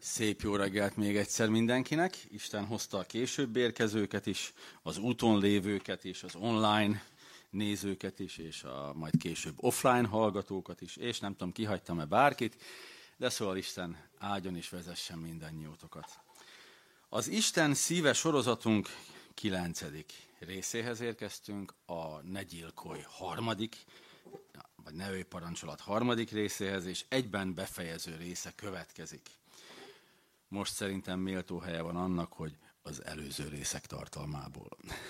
Szép jó reggelt még egyszer mindenkinek. Isten hozta a később érkezőket is, az úton lévőket is, az online nézőket is, és a majd később offline hallgatókat is, és nem tudom, kihagytam-e bárkit, de szóval Isten áldjon és vezessen mindannyiótokat. Az Isten szíve sorozatunk 9. részéhez érkeztünk, a Ne gyilkolj harmadik, vagy Ne ölj parancsolat harmadik részéhez, és egyben befejező része következik. Most szerintem méltó helye van annak, hogy az előző részek tartalmából.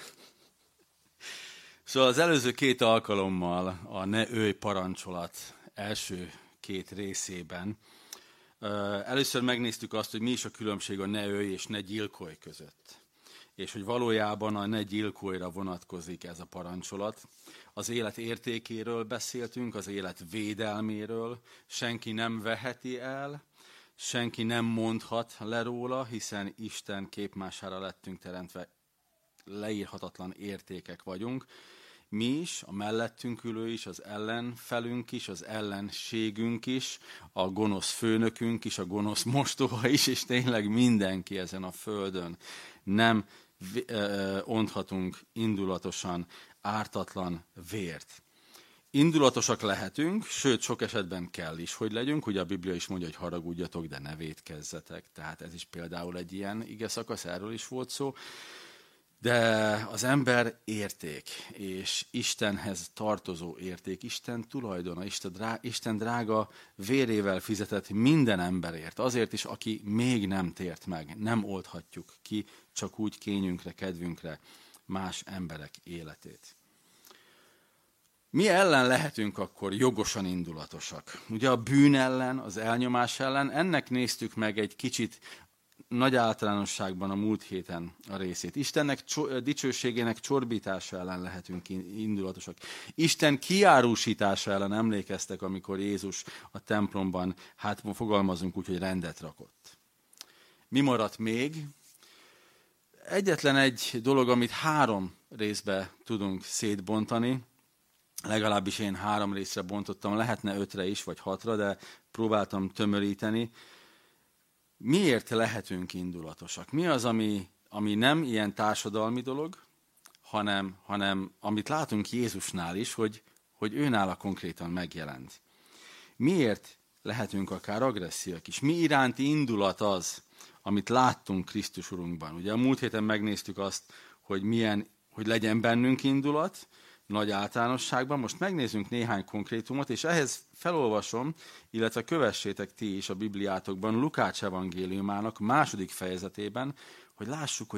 Szóval az előző 2 alkalommal a Ne ölj parancsolat első 2 részében először megnéztük azt, hogy mi is a különbség a ne ölj és ne gyilkolj között. És hogy valójában a ne gyilkoljra vonatkozik ez a parancsolat. Az élet értékéről beszéltünk, az élet védelméről, senki nem veheti el, senki nem mondhat le róla, hiszen Isten képmására lettünk teremtve, leírhatatlan értékek vagyunk. Mi is, a mellettünk ülő is, az ellenfelünk is, az ellenségünk is, a gonosz főnökünk is, a gonosz mostoha is, és tényleg mindenki ezen a földön. Nem onthatunk indulatosan ártatlan vért. Indulatosak lehetünk, sőt, sok esetben kell is, hogy legyünk. Ugye a Biblia is mondja, hogy haragudjatok, de ne vétkezzetek. Tehát ez is például egy ilyen ige szakasz, erről is volt szó. De az ember érték, és Istenhez tartozó érték, Isten tulajdona, Isten drága vérével fizetett minden emberért. Azért is, aki még nem tért meg, nem oldhatjuk ki, csak úgy kényünkre, kedvünkre más emberek életét. Mi ellen lehetünk akkor jogosan indulatosak? Ugye a bűn ellen, az elnyomás ellen, ennek néztük meg egy kicsit nagy általánosságban a múlt héten a részét. Istennek dicsőségének csorbítása ellen lehetünk indulatosak. Isten kiárusítása ellen emlékeztek, amikor Jézus a templomban, hát fogalmazunk úgy, hogy rendet rakott. Mi maradt még? Egyetlen egy dolog, amit 3 részbe tudunk szétbontani, legalábbis én 3 részre bontottam, lehetne 5-re is, vagy 6-ra, de próbáltam tömöríteni. Miért lehetünk indulatosak? Mi az, ami nem ilyen társadalmi dolog, hanem amit látunk Jézusnál is, hogy őnála konkrétan megjelent. Miért lehetünk akár agresszívek is? Mi iránti indulat az, amit láttunk Krisztus Urunkban? Ugye a múlt héten megnéztük azt, hogy legyen bennünk indulat, nagy általánosságban. Most megnézzünk néhány konkrétumot, és ehhez felolvasom, illetve kövessétek ti is a Bibliátokban Lukács evangéliumának 2. fejezetében, hogy lássuk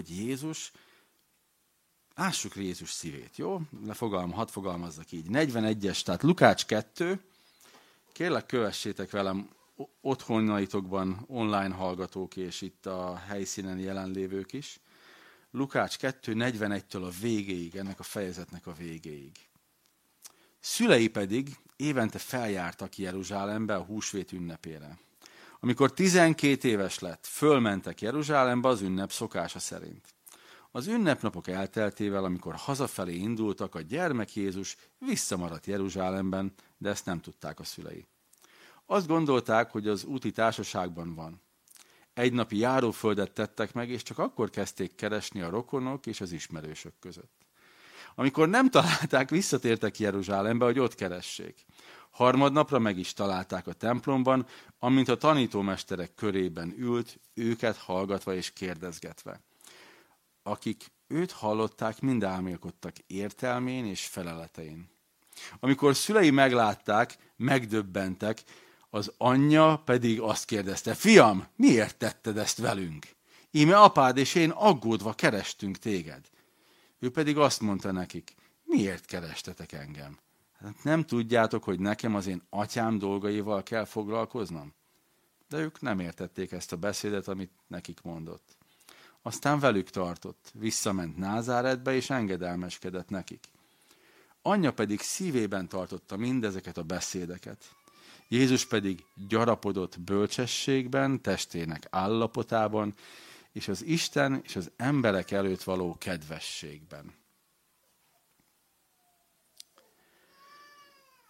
Jézus szívét, jó? Hadd fogalmazzak így. 41-es, tehát Lukács 2, kérlek kövessétek velem otthonaitokban online hallgatók, és itt a helyszínen jelenlévők is. Lukács 2, 41-től a végéig, ennek a fejezetnek a végéig. Szülei pedig évente feljártak Jeruzsálembe a húsvét ünnepére. Amikor 12 éves lett, fölmentek Jeruzsálembe az ünnep szokása szerint. Az ünnepnapok elteltével, amikor hazafelé indultak, a gyermek Jézus visszamaradt Jeruzsálemben, de ezt nem tudták a szülei. Azt gondolták, hogy az úti társaságban van. Egy napi járóföldet tettek meg, és csak akkor kezdték keresni a rokonok és az ismerősök között. Amikor nem találták, visszatértek Jeruzsálembe, hogy ott keressék. Harmadnapra meg is találták a templomban, amint a tanítómesterek körében ült, őket hallgatva és kérdezgetve. Akik őt hallották, mind álmélkodtak értelmén és feleletein. Amikor szülei meglátták, megdöbbentek, az anyja pedig azt kérdezte, fiam, miért tetted ezt velünk? Íme apád és én aggódva kerestünk téged. Ő pedig azt mondta nekik, miért kerestetek engem? Hát nem tudjátok, hogy nekem az én atyám dolgaival kell foglalkoznom? De ők nem értették ezt a beszédet, amit nekik mondott. Aztán velük tartott, visszament Názáretbe és engedelmeskedett nekik. Anyja pedig szívében tartotta mindezeket a beszédeket. Jézus pedig gyarapodott bölcsességben, testének állapotában, és az Isten és az emberek előtt való kedvességben.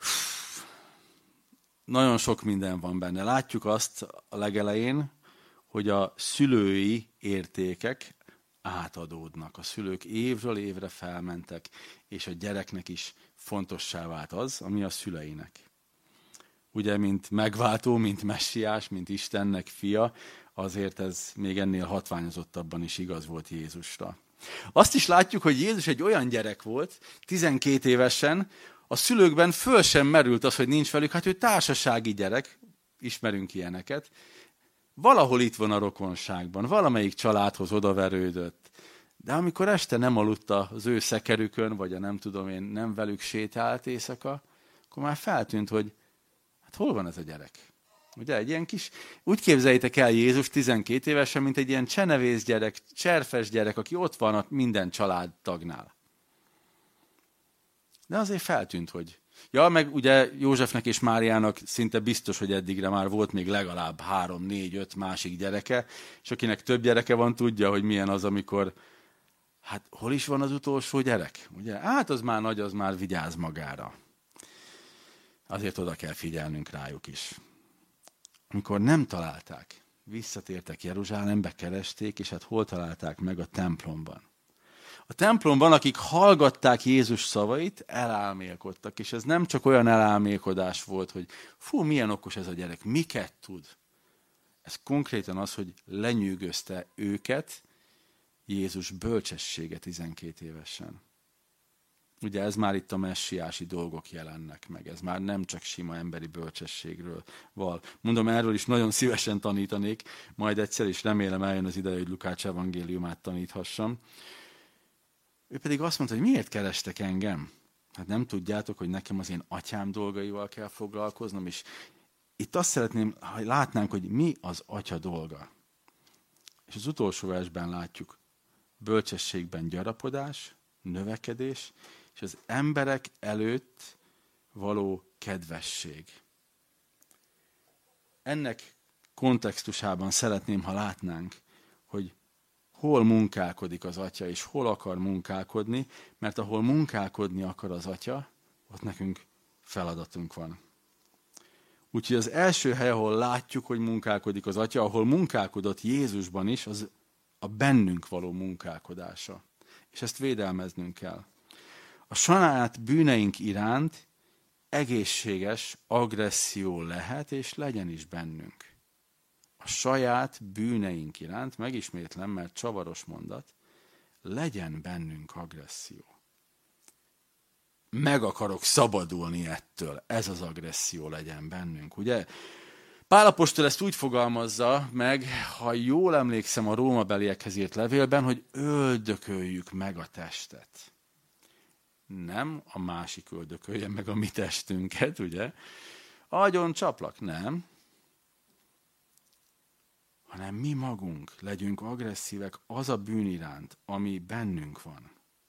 Nagyon sok minden van benne. Látjuk azt a legelején, hogy a szülői értékek átadódnak. A szülők évről évre felmentek, és a gyereknek is fontossá vált az, ami a szüleinek. Ugye, mint megváltó, mint messiás, mint Istennek fia, azért ez még ennél hatványozottabban is igaz volt Jézusra. Azt is látjuk, hogy Jézus egy olyan gyerek volt, 12 évesen, a szülőkben föl sem merült az, hogy nincs velük, hát ő társasági gyerek, ismerünk ilyeneket, valahol itt van a rokonságban, valamelyik családhoz odaverődött, de amikor este nem aludt az ő szekerükön, vagy nem tudom én, nem velük sétált éjszaka, akkor már feltűnt, hogy hát hol van ez a gyerek? Ugye egy ilyen kis, úgy képzeljétek el Jézus 12 évesen, mint egy ilyen csenevész gyerek, cserfes gyerek, aki ott van a minden családtagnál. De azért feltűnt, hogy... Ja, meg ugye Józsefnek és Máriának szinte biztos, hogy eddigre már volt még legalább 3, 4, 5 másik gyereke, és akinek több gyereke van, tudja, hogy milyen az, amikor hát hol is van az utolsó gyerek? Ugye? Hát az már nagy, az már vigyáz magára. Azért oda kell figyelnünk rájuk is. Amikor nem találták, visszatértek Jeruzsálembe, keresték, és hát hol találták meg? A templomban. A templomban, akik hallgatták Jézus szavait, elálmélkodtak, és ez nem csak olyan elálmélkodás volt, hogy fú, milyen okos ez a gyerek, miket tud. Ez konkrétan az, hogy lenyűgözte őket Jézus bölcsessége 12 évesen. Ugye ez már itt a messiási dolgok jelennek meg, ez már nem csak sima emberi bölcsességről van. Mondom, erről is nagyon szívesen tanítanék, majd egyszer is remélem eljön az ideje, hogy Lukács evangéliumát taníthassam. Ő pedig azt mondta, hogy miért kerestek engem? Hát nem tudjátok, hogy nekem az én atyám dolgaival kell foglalkoznom, és itt azt szeretném, hogy látnánk, hogy mi az atya dolga. És az utolsó versben látjuk, bölcsességben gyarapodás, növekedés, és az emberek előtt való kedvesség. Ennek kontextusában szeretném, ha látnánk, hogy hol munkálkodik az atya, és hol akar munkálkodni, mert ahol munkálkodni akar az atya, ott nekünk feladatunk van. Úgyhogy az első hely, ahol látjuk, hogy munkálkodik az atya, ahol munkálkodott Jézusban is, az a bennünk való munkálkodása. És ezt védelmeznünk kell. A saját bűneink iránt egészséges agresszió lehet, és legyen is bennünk. A saját bűneink iránt, megismétlem, mert csavaros mondat, legyen bennünk agresszió. Meg akarok szabadulni ettől, ez az agresszió legyen bennünk, ugye? Pál apostol ezt úgy fogalmazza meg, ha jól emlékszem a rómabeliekhez írt levélben, hogy öldököljük meg a testet. Nem a másik öldökölje meg a mi testünket, ugye? Agyon csaplak, nem. Hanem mi magunk legyünk agresszívek az a bűn iránt, ami bennünk van.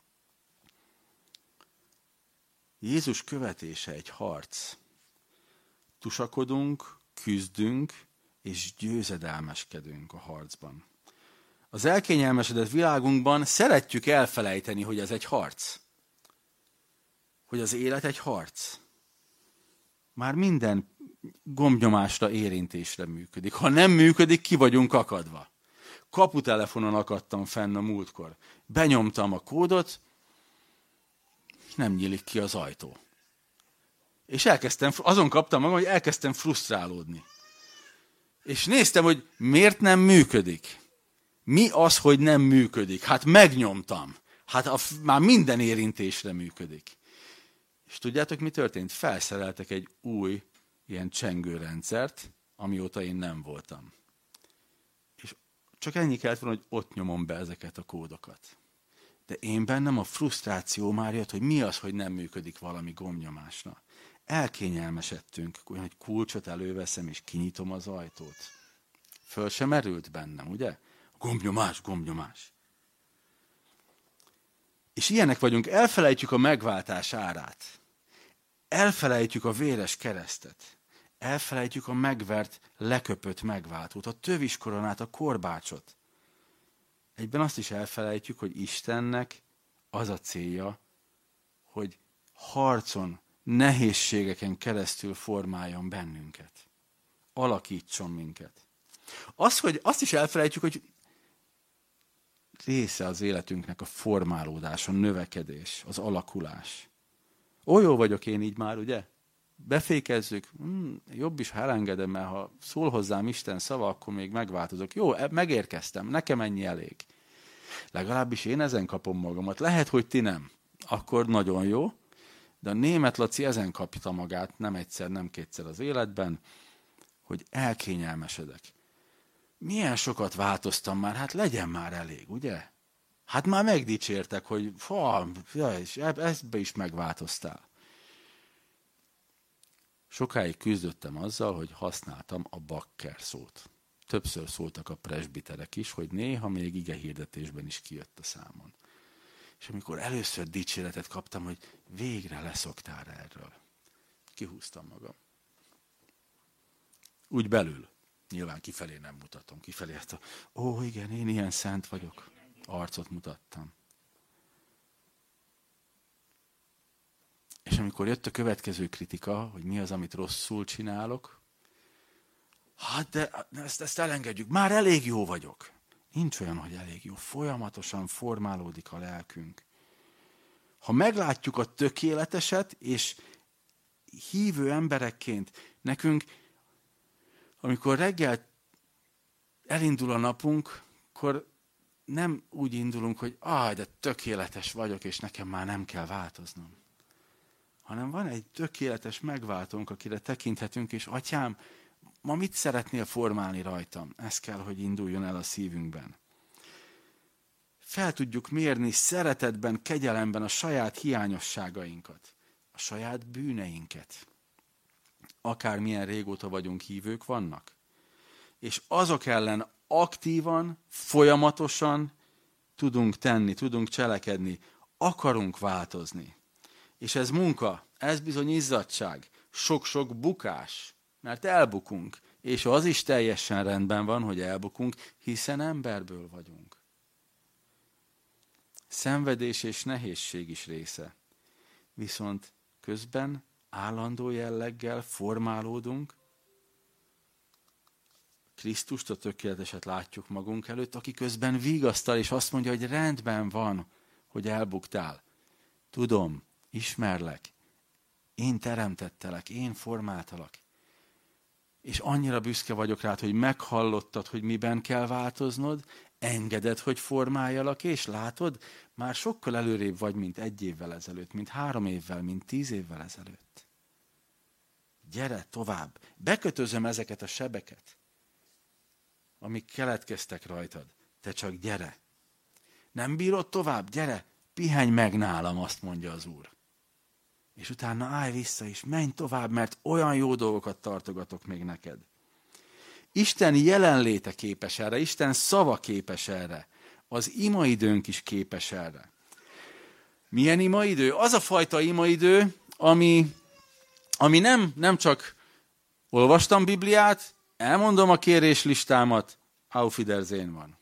Jézus követése egy harc. Tusakodunk, küzdünk, és győzedelmeskedünk a harcban. Az elkényelmesedett világunkban szeretjük elfelejteni, hogy ez egy harc. Hogy az élet egy harc. Már minden gombnyomásra, érintésre működik. Ha nem működik, ki vagyunk akadva. Kaputelefonon akadtam fenn a múltkor. Benyomtam a kódot, nem nyílik ki az ajtó. És azon kaptam magam, hogy elkezdtem frusztrálódni. És néztem, hogy miért nem működik. Mi az, hogy nem működik? Hát megnyomtam. Hát már minden érintésre működik. És tudjátok, mi történt? Felszereltek egy új ilyen csengőrendszert, amióta én nem voltam. És csak ennyi kellett volna, hogy ott nyomom be ezeket a kódokat. De én bennem a frusztráció már jött, hogy mi az, hogy nem működik valami gombnyomásra. Elkényelmesedtünk, hogy kulcsot előveszem, és kinyitom az ajtót. Föl sem merült bennem, ugye? Gombnyomás, gombnyomás. És ilyenek vagyunk, elfelejtjük a megváltás árát. Elfelejtjük a véres keresztet. Elfelejtjük a megvert, leköpött megváltót, a töviskoronát, a korbácsot. Egyben azt is elfelejtjük, hogy Istennek az a célja, hogy harcon, nehézségeken keresztül formáljon bennünket. Alakítson minket. Azt is elfelejtjük, hogy része az életünknek a formálódás, a növekedés, az alakulás. Jó vagyok én így már, ugye? Befékezzük, jobb is, ha elengedem, mert ha szól hozzám Isten szava, akkor még megváltozok. Jó, megérkeztem, nekem ennyi elég. Legalábbis én ezen kapom magamat. Lehet, hogy ti nem. Akkor nagyon jó, de a német Laci ezen kapta magát, nem egyszer, nem kétszer az életben, hogy elkényelmesedek. Milyen sokat változtam már, hát legyen már elég, ugye? Hát már megdicsértek, hogy és ebbe is megváltoztál. Sokáig küzdöttem azzal, hogy használtam a bakker szót. Többször szóltak a presbiterek is, hogy néha még igehirdetésben is kijött a számon. És amikor először dicséretet kaptam, hogy végre leszoktál erről, kihúztam magam. Úgy belül. Nyilván kifelé nem mutatom. Kifelé ezt igen, én ilyen szent vagyok. Arcot mutattam. És amikor jött a következő kritika, hogy mi az, amit rosszul csinálok, hát de ezt elengedjük, már elég jó vagyok. Nincs olyan, hogy elég jó. Folyamatosan formálódik a lelkünk. Ha meglátjuk a tökéleteset, és hívő emberekként nekünk, amikor reggel elindul a napunk, akkor nem úgy indulunk, hogy de tökéletes vagyok, és nekem már nem kell változnom. Hanem van egy tökéletes megváltónk, akire tekinthetünk, és atyám, ma mit szeretnél formálni rajtam? Ez kell, hogy induljon el a szívünkben. Fel tudjuk mérni szeretetben, kegyelemben a saját hiányosságainkat, a saját bűneinket. Akármilyen régóta vagyunk hívők vannak. És azok ellen aktívan, folyamatosan tudunk tenni, tudunk cselekedni, akarunk változni. És ez munka, ez bizony izzadság, sok-sok bukás, mert elbukunk. És az is teljesen rendben van, hogy elbukunk, hiszen emberből vagyunk. Szenvedés és nehézség is része. Viszont közben állandó jelleggel formálódunk, Krisztust, a tökéleteset látjuk magunk előtt, aki közben vigasztal, és azt mondja, hogy rendben van, hogy elbuktál. Tudom, ismerlek, én teremtettelek, én formáltalak. És annyira büszke vagyok rád, hogy meghallottad, hogy miben kell változnod, engeded, hogy formáljalak, és látod, már sokkal előrébb vagy, mint 1 évvel ezelőtt, mint 3 évvel, mint 10 évvel ezelőtt. Gyere tovább, bekötözöm ezeket a sebeket, amik keletkeztek rajtad. Te csak gyere. Nem bírod tovább? Gyere, pihenj meg nálam, azt mondja az Úr. És utána állj vissza, és menj tovább, mert olyan jó dolgokat tartogatok még neked. Isten jelenléte képes erre, Isten szava képes erre. Az imaidőnk is képes erre. Milyen imaidő? Az a fajta imaidő, ami nem csak olvastam Bibliát, elmondom a kéréslistámat, auf Wiedersehen van.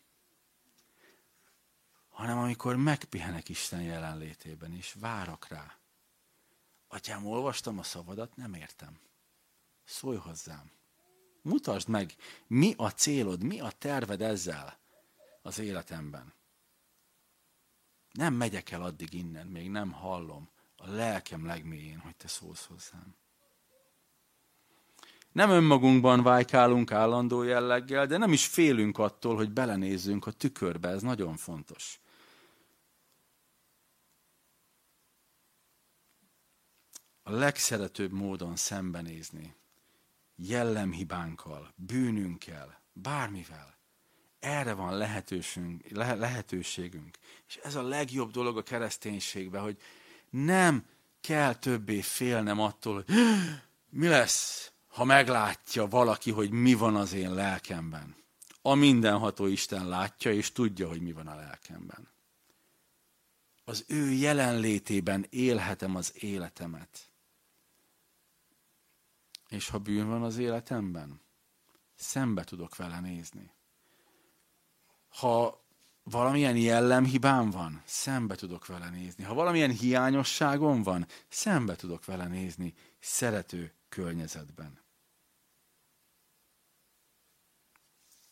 Hanem amikor megpihenek Isten jelenlétében, és várok rá. Atyám, olvastam a szavadat, nem értem. Szólj hozzám. Mutasd meg, mi a célod, mi a terved ezzel az életemben. Nem megyek el addig innen, még nem hallom a lelkem legmélyén, hogy te szólsz hozzám. Nem önmagunkban vájkálunk állandó jelleggel, de nem is félünk attól, hogy belenézzünk a tükörbe, ez nagyon fontos. A legszeretőbb módon szembenézni, jellemhibánkkal, bűnünkkel, bármivel. Erre van lehetőségünk. És ez a legjobb dolog a kereszténységben, hogy nem kell többé félnem attól, hogy mi lesz, ha meglátja valaki, hogy mi van az én lelkemben. A mindenható Isten látja, és tudja, hogy mi van a lelkemben. Az ő jelenlétében élhetem az életemet. És ha bűn van az életemben, szembe tudok vele nézni. Ha valamilyen jellemhibám van, szembe tudok vele nézni. Ha valamilyen hiányosságom van, szembe tudok vele nézni szerető környezetben.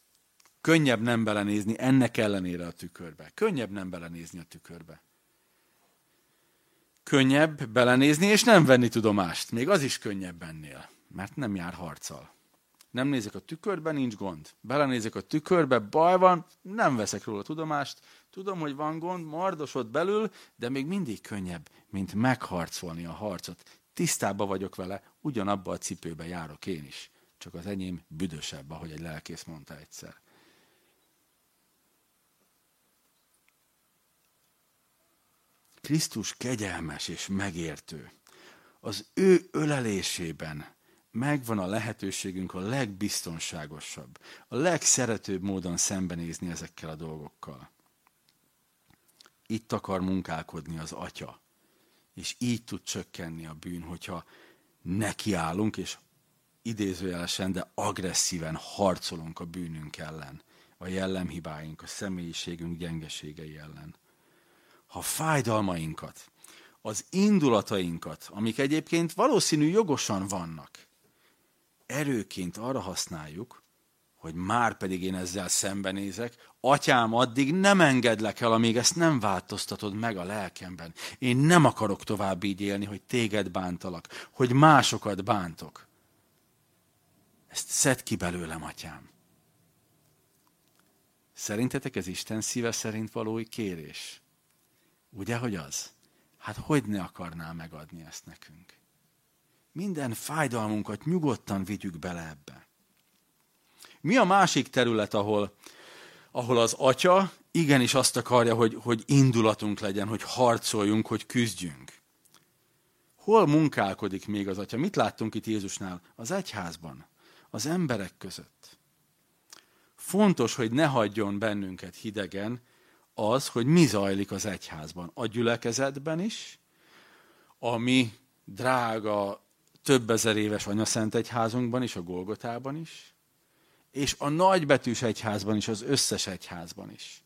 Könnyebb nem belenézni ennek ellenére a tükörbe. Könnyebb nem belenézni a tükörbe. Könnyebb belenézni és nem venni tudomást. Még az is könnyebb ennél, mert nem jár harccal. Nem nézek a tükörbe, nincs gond. Belenézek a tükörbe, baj van, nem veszek róla tudomást. Tudom, hogy van gond, mardosod belül, de még mindig könnyebb, mint megharcolni a harcot. Tisztában vagyok vele, ugyanabba a cipőbe járok én is. Csak az enyém büdösebb, ahogy egy lelkész mondta egyszer. Krisztus kegyelmes és megértő. Az ő ölelésében megvan a lehetőségünk a legbiztonságosabb, a legszeretőbb módon szembenézni ezekkel a dolgokkal. Itt akar munkálkodni az Atya, és így tud csökkenni a bűn, hogyha nekiállunk, és idézőjelesen, de agresszíven harcolunk a bűnünk ellen, a jellemhibáink, a személyiségünk gyengeségei ellen. Ha fájdalmainkat, az indulatainkat, amik egyébként valószínű jogosan vannak, erőként arra használjuk, hogy már pedig én ezzel szembenézek, Atyám, addig nem engedlek el, amíg ezt nem változtatod meg a lelkemben. Én nem akarok tovább így élni, hogy téged bántalak, hogy másokat bántok. Ezt szedd ki belőlem, Atyám. Szerintetek ez Isten szíve szerint való kérés? Ugye, hogy az? Hát hogy ne akarná megadni ezt nekünk? Minden fájdalmunkat nyugodtan vigyük bele ebbe. Mi a másik terület, ahol az Atya igenis azt akarja, hogy indulatunk legyen, hogy harcoljunk, hogy küzdjünk? Hol munkálkodik még az Atya? Mit láttunk itt Jézusnál? Az egyházban, az emberek között. Fontos, hogy ne hagyjon bennünket hidegen az, hogy mi zajlik az egyházban. A gyülekezetben is, a mi drága, több ezer éves anyaszent egyházunkban is, a Golgotában is, és a nagybetűs egyházban is, az összes egyházban is.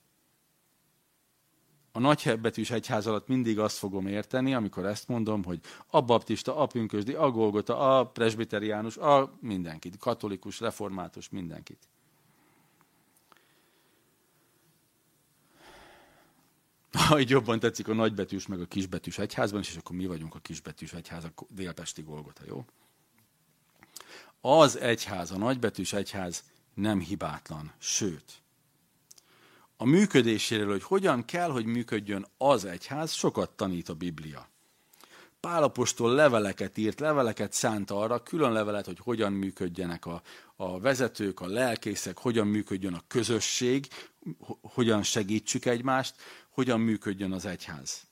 A nagybetűs egyház alatt mindig azt fogom érteni, amikor ezt mondom, hogy a baptista, a pünkösdi, a Golgota, a presbiteriánus, a mindenkit, katolikus, református, mindenkit. Ha így jobban tetszik, a nagybetűs meg a kisbetűs egyházban is, és akkor mi vagyunk a kisbetűs egyház, a délpesti Golgota, jó? Az egyház, a nagybetűs egyház nem hibátlan, sőt, a működéséről, hogy hogyan kell, hogy működjön az egyház, sokat tanít a Biblia. Pál apostol leveleket írt, leveleket szánt arra, külön levelet, hogy hogyan működjenek a vezetők, a lelkészek, hogyan működjön a közösség, hogyan segítsük egymást, hogyan működjön az egyház.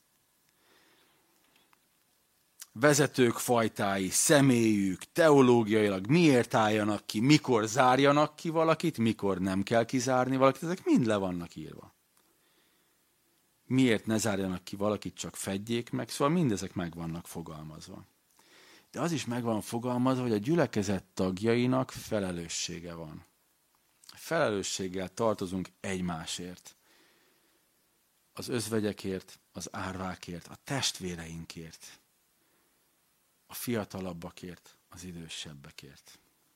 Vezetők fajtái, személyük, teológiailag miért álljanak ki, mikor zárjanak ki valakit, mikor nem kell kizárni valakit, ezek mind le vannak írva. Miért ne zárjanak ki valakit, csak fedjék meg, szóval mindezek meg vannak fogalmazva. De az is meg van fogalmazva, hogy a gyülekezet tagjainak felelőssége van. Felelősséggel tartozunk egymásért. Az özvegyekért, az árvákért, a testvéreinkért, a fiatalabbakért, az idősebbekért.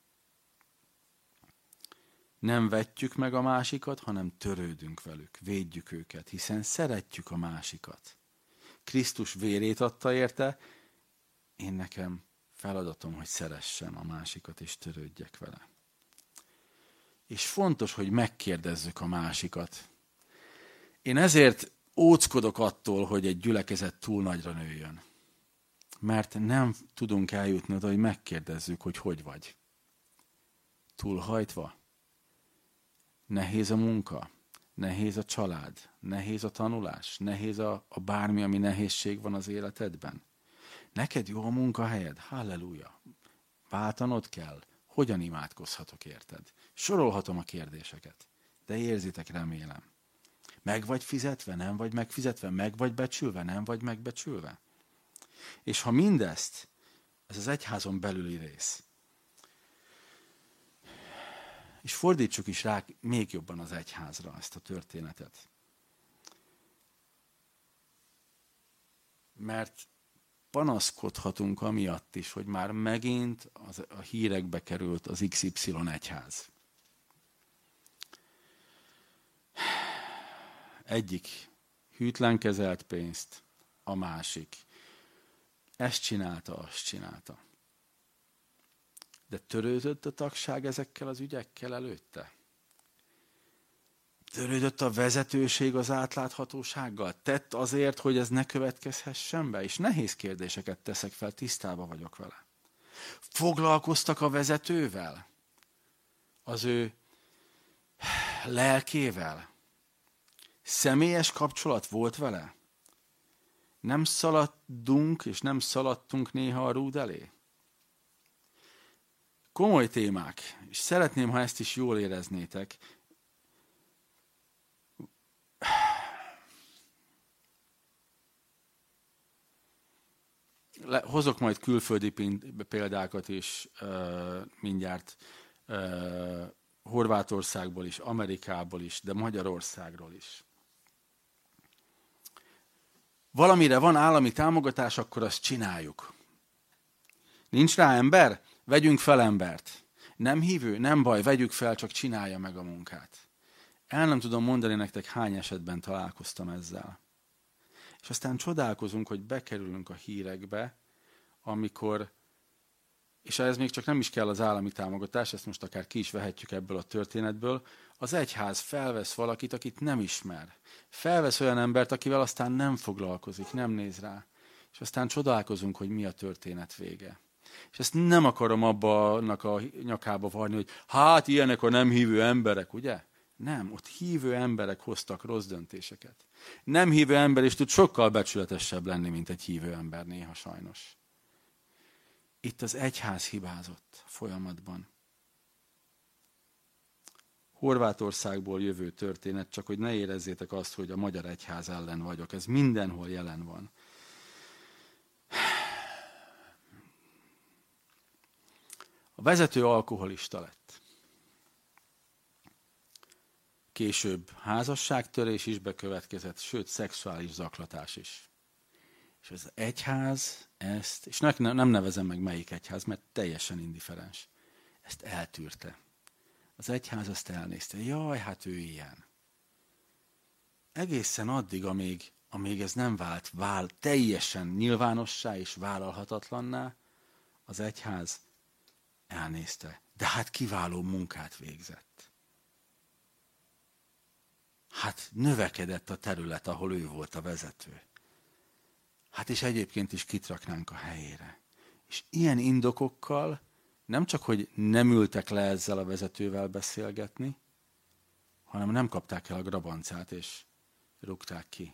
Nem vetjük meg a másikat, hanem törődünk velük, védjük őket, hiszen szeretjük a másikat. Krisztus vérét adta érte, én nekem feladatom, hogy szeressem a másikat és törődjek vele. És fontos, hogy megkérdezzük a másikat. Én ezért óckodok attól, hogy egy gyülekezet túl nagyra nőjön. Mert nem tudunk eljutni oda, hogy megkérdezzük, hogy hogy vagy. Túlhajtva? Nehéz a munka? Nehéz a család? Nehéz a tanulás? Nehéz a bármi, ami nehézség van az életedben? Neked jó a munkahelyed? Halleluja! Váltanod kell? Hogyan imádkozhatok érted? Sorolhatom a kérdéseket, de érzitek, remélem. Meg vagy fizetve, nem vagy megfizetve, meg vagy becsülve, nem vagy megbecsülve. És ha mindezt, ez az egyházon belüli rész, és fordítsuk is rá még jobban az egyházra ezt a történetet. Mert panaszkodhatunk amiatt is, hogy már megint a hírekbe került az XY egyház. Egyik hűtlen kezelt pénzt, a másik. Ezt csinálta, azt csinálta. De törődött a tagság ezekkel az ügyekkel előtte? Törődött a vezetőség az átláthatósággal? Tett azért, hogy ez ne következhessen be? És nehéz kérdéseket teszek fel, tisztában vagyok vele. Foglalkoztak a vezetővel? Az ő lelkével? Személyes kapcsolat volt vele? Nem szaladtunk, és nem szaladtunk néha a rúd elé? Komoly témák, és szeretném, ha ezt is jól éreznétek. Hozok majd külföldi példákat is mindjárt Horvátországból is, Amerikából is, de Magyarországról is. Valamire van állami támogatás, akkor azt csináljuk. Nincs rá ember? Vegyünk fel embert. Nem hívő? Nem baj, vegyük fel, csak csinálja meg a munkát. El nem tudom mondani nektek, hány esetben találkoztam ezzel. És aztán csodálkozunk, hogy bekerülünk a hírekbe, amikor, és ez még csak nem is kell az állami támogatás, ezt most akár ki is vehetjük ebből a történetből, az egyház felvesz valakit, akit nem ismer. Felvesz olyan embert, akivel aztán nem foglalkozik, nem néz rá. És aztán csodálkozunk, hogy mi a történet vége. És ezt nem akarom annak a nyakába varni, hogy hát ilyenek a nem hívő emberek, ugye? Nem, ott hívő emberek hoztak rossz döntéseket. Nem hívő ember is tud sokkal becsületesebb lenni, mint egy hívő ember néha sajnos. Itt az egyház hibázott folyamatban. Horvátországból jövő történet, csak hogy ne érezzétek azt, hogy a magyar egyház ellen vagyok. Ez mindenhol jelen van. A vezető alkoholista lett. Később házasságtörés is bekövetkezett, sőt, szexuális zaklatás is. És az egyház ezt, és nem nevezem meg melyik egyház, mert teljesen indiferens, ezt eltűrte. Az egyház azt elnézte, jaj, hát ő ilyen. Egészen addig, amíg ez nem vált teljesen nyilvánossá és vállalhatatlanná, az egyház elnézte. De hát kiváló munkát végzett. Hát növekedett a terület, ahol ő volt a vezető. Hát és egyébként is kitraknánk a helyére. És ilyen indokokkal nem csak, hogy nem ültek le ezzel a vezetővel beszélgetni, hanem nem kapták el a grabancát, és rúgták ki.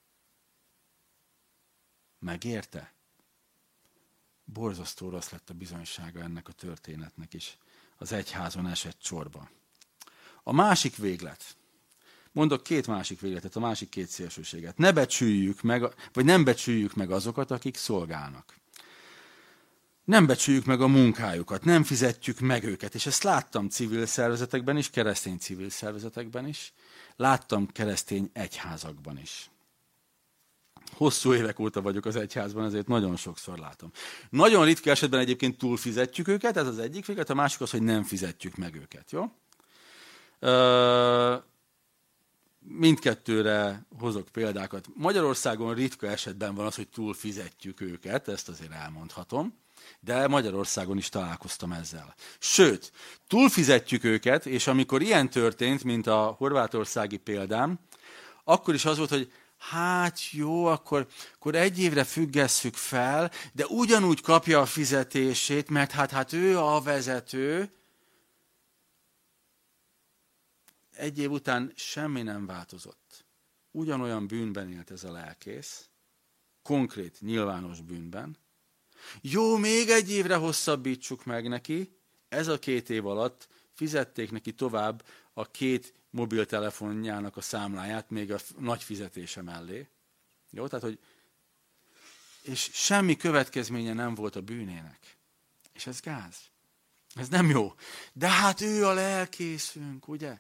Megérte? Borzasztó rossz lett a bizonysága ennek a történetnek is. Az egyházon esett csorba. A másik véglet. Mondok két másik végletet, a másik két szélsőséget. Ne becsüljük meg, vagy nem becsüljük meg azokat, akik szolgálnak. Nem becsüljük meg a munkájukat, nem fizetjük meg őket. És ezt láttam civil szervezetekben is, keresztény civil szervezetekben is. Láttam keresztény egyházakban is. Hosszú évek óta vagyok az egyházban, ezért nagyon sokszor látom. Nagyon ritka esetben egyébként túlfizetjük őket, ez az egyik véglet, a másik az, hogy nem fizetjük meg őket. Jó? Mindkettőre hozok példákat. Magyarországon ritka esetben van az, hogy túlfizetjük őket, ezt azért elmondhatom, de Magyarországon is találkoztam ezzel. Sőt, túlfizetjük őket, és amikor ilyen történt, mint a horvátországi példám, akkor is az volt, hogy hát jó, akkor egy évre függesszük fel, de ugyanúgy kapja a fizetését, mert hát ő a vezető. Egy év után semmi nem változott. Ugyanolyan bűnben élt ez a lelkész, konkrét, nyilvános bűnben. Jó, még egy évre hosszabbítsuk meg neki, ez a 2 év alatt fizették neki tovább a 2 mobiltelefonjának a számláját, még a nagy fizetése mellé. Jó, tehát, hogy és semmi következménye nem volt a bűnének. És ez gáz. Ez nem jó. De hát ő a lelkészünk, ugye?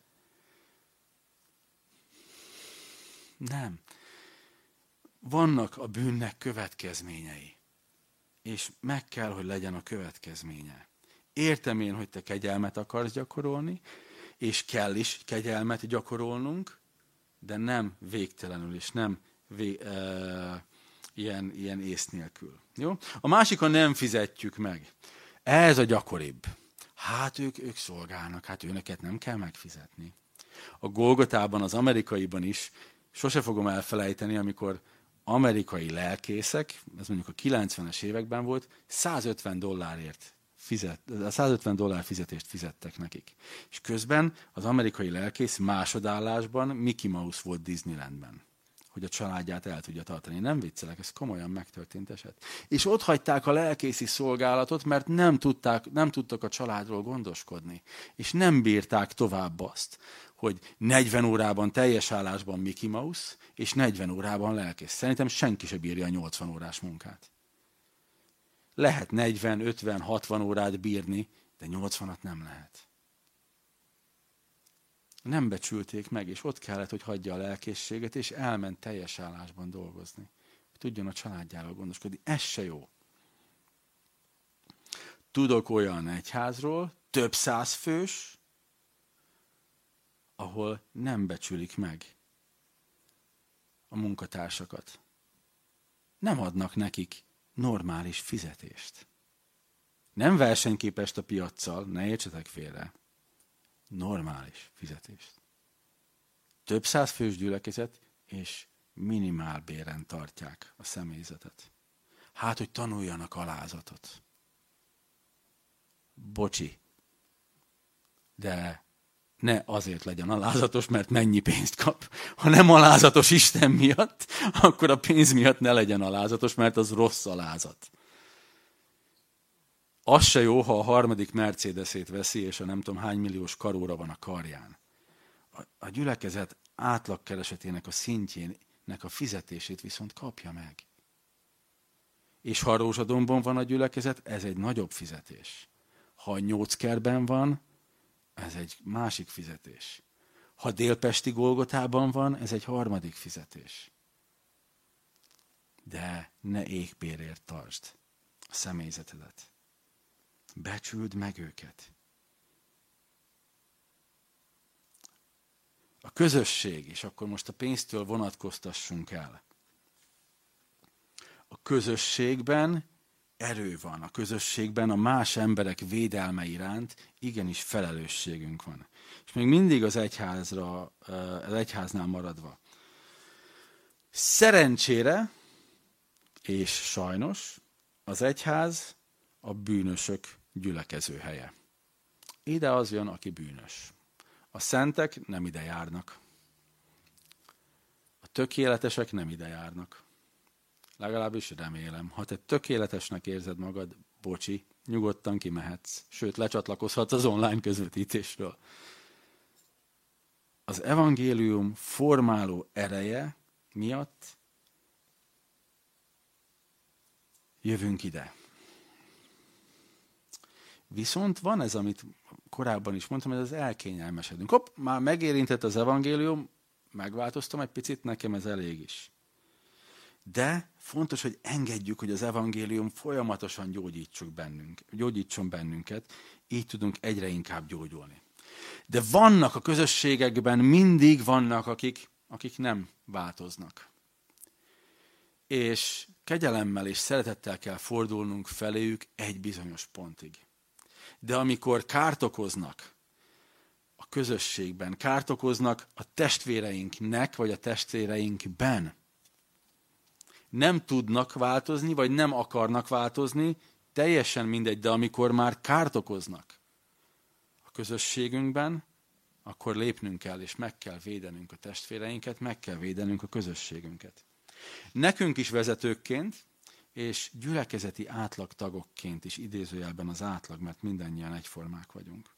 Nem. Vannak a bűnnek következményei. És meg kell, hogy legyen a következménye. Értem én, hogy te kegyelmet akarsz gyakorolni, és kell is kegyelmet gyakorolnunk, de nem végtelenül, és nem ilyen ész nélkül. Jó? A másik, a nem fizetjük meg. Ez a gyakoribb. Hát ők szolgálnak, hát őneket nem kell megfizetni. A Golgotában, az amerikaiban is sose fogom elfelejteni, amikor amerikai lelkészek, ez mondjuk a 90-es években volt, $150 fizetést fizettek nekik. És közben az amerikai lelkész másodállásban Mickey Mouse volt Disneylandben, hogy a családját el tudja tartani. Nem viccelek, ez komolyan megtörtént eset. És ott hagyták a lelkészi szolgálatot, mert nem tudtak a családról gondoskodni. És nem bírták tovább azt, hogy 40 órában teljes állásban Mickey Mouse, és 40 órában lelkész. Szerintem senki se bírja a 80 órás munkát. Lehet 40, 50, 60 órát bírni, de 80-at nem lehet. Nem becsülték meg, és ott kellett, hogy hagyja a lelkészséget, és elment teljes állásban dolgozni. Hogy tudjon a családjáról gondoskodni. Ez se jó. Tudok olyan egyházról, több száz fős, ahol nem becsülik meg a munkatársakat. Nem adnak nekik normális fizetést. Nem versenyképest a piaccal, ne értsetek félre. Normális fizetést. Több száz fős gyülekezet, és minimál béren tartják a személyzetet. Hát, hogy tanuljanak alázatot. Bocsi, de ne azért legyen alázatos, mert mennyi pénzt kap. Ha nem alázatos Isten miatt, akkor a pénz miatt ne legyen alázatos, mert az rossz alázat. Az se jó, ha a harmadik Mercedesét veszi, és a nem tudom hány milliós karóra van a karján. A gyülekezet átlagkeresetének a szintjének a fizetését viszont kapja meg. És ha a Rózsadombon van a gyülekezet, ez egy nagyobb fizetés. Ha a Nyóckerben van, ez egy másik fizetés. Ha Délpesti Golgotában van, ez egy harmadik fizetés. De ne éhbérért tartsd a személyzetedet. Becsüld meg őket. A közösség, és akkor most a pénztől vonatkoztassunk el. A közösségben erő van. A közösségben a más emberek védelme iránt igenis felelősségünk van. És még mindig az egyháznál maradva. Szerencsére, és sajnos, az egyház a bűnösök gyülekezőhelye. Ide az jön, aki bűnös. A szentek nem ide járnak. A tökéletesek nem ide járnak. Legalábbis remélem. Ha te tökéletesnek érzed magad, bocsi, nyugodtan kimehetsz. Sőt, lecsatlakozhatsz az online közvetítésről. Az evangélium formáló ereje miatt jövünk ide. Viszont van ez, amit korábban is mondtam, hogy az elkényelmesedünk. Hopp, már megérintett az evangélium, megváltoztam egy picit, nekem ez elég is. De fontos, hogy engedjük, hogy az evangélium folyamatosan gyógyítson bennünket, így tudunk egyre inkább gyógyulni. De vannak a közösségekben, mindig vannak, akik nem változnak. És kegyelemmel és szeretettel kell fordulnunk feléjük egy bizonyos pontig. De amikor kárt okoznak a közösségben, kárt okoznak a testvéreinknek, vagy a testvéreinkben, nem tudnak változni, vagy nem akarnak változni, teljesen mindegy, de amikor már kárt okoznak a közösségünkben, akkor lépnünk kell, és meg kell védenünk a testvéreinket, meg kell védenünk a közösségünket. Nekünk is vezetőkként, és gyülekezeti átlagtagokként is, idézőjelben az átlag, mert mindannyian egyformák vagyunk.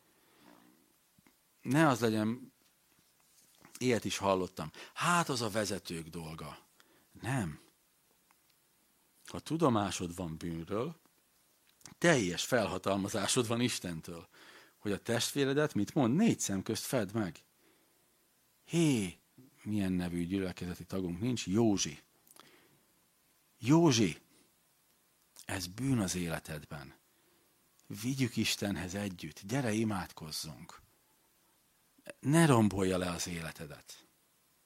Ne az legyen, ilyet is hallottam, hát az a vezetők dolga. Nem. Ha tudomásod van bűnről, teljes felhatalmazásod van Istentől, hogy a testvéredet, mit mond, 4 szem közt fedd meg. Hé, milyen nevű gyülekezeti tagunk nincs? Józsi. Józsi, ez bűn az életedben. Vigyük Istenhez együtt, gyere imádkozzunk. Ne rombolja le az életedet.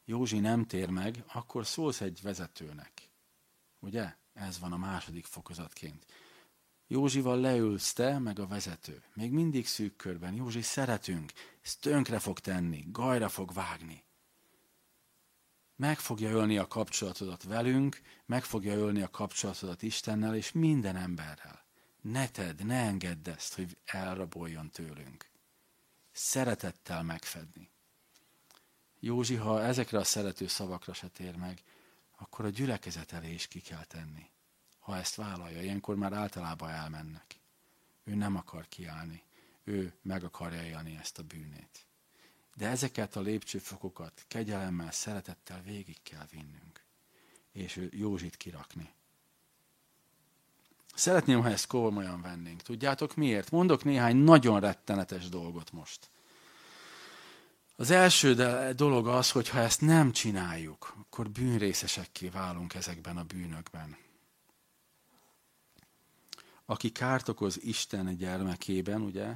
Józsi nem tér meg, akkor szólsz egy vezetőnek. Ugye? Ez van a második fokozatként. Józsival leülsz te, meg a vezető. Még mindig szűk körben. Józsi, szeretünk. Ez tönkre fog tenni. Gajra fog vágni. Meg fogja ölni a kapcsolatodat velünk, meg fogja ölni a kapcsolatodat Istennel és minden emberrel. Ne tedd, ne engedd ezt, hogy elraboljon tőlünk. Szeretettel megfedni. Józsi, ha ezekre a szerető szavakra se tér meg, akkor a gyülekezet elé is ki kell tenni. Ha ezt vállalja, ilyenkor már általában elmennek. Ő nem akar kiállni. Ő meg akarja élni ezt a bűnét. De ezeket a lépcsőfokokat kegyelemmel, szeretettel végig kell vinnünk. És Józsit kirakni. Szeretném, ha ezt komolyan vennénk. Tudjátok miért? Mondok néhány nagyon rettenetes dolgot most. Az első dolog az, hogy ha ezt nem csináljuk, akkor bűnrészesekké válunk ezekben a bűnökben. Aki kárt okoz Isten gyermekében, ugye,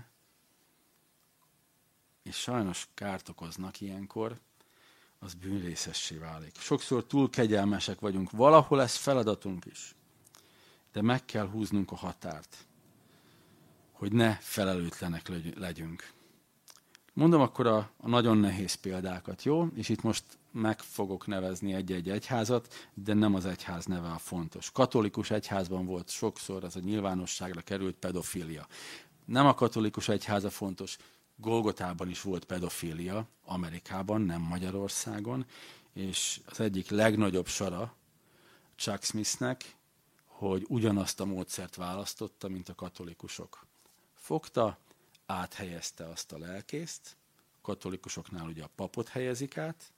és sajnos kárt okoznak ilyenkor, az bűnrészessé válik. Sokszor túl kegyelmesek vagyunk, valahol ez feladatunk is. De meg kell húznunk a határt, hogy ne felelőtlenek legyünk. Mondom akkor a nagyon nehéz példákat, jó? És itt most meg fogok nevezni egy-egy egyházat, de nem az egyház neve a fontos. Katolikus egyházban volt sokszor, az a nyilvánosságra került pedofília. Nem a katolikus egyház a fontos, Golgotában is volt pedofília, Amerikában, nem Magyarországon, és az egyik legnagyobb sara Chuck Smithnek, hogy ugyanazt a módszert választotta, mint a katolikusok. Fogta, áthelyezte azt a lelkészt, a katolikusoknál ugye a papot helyezik át,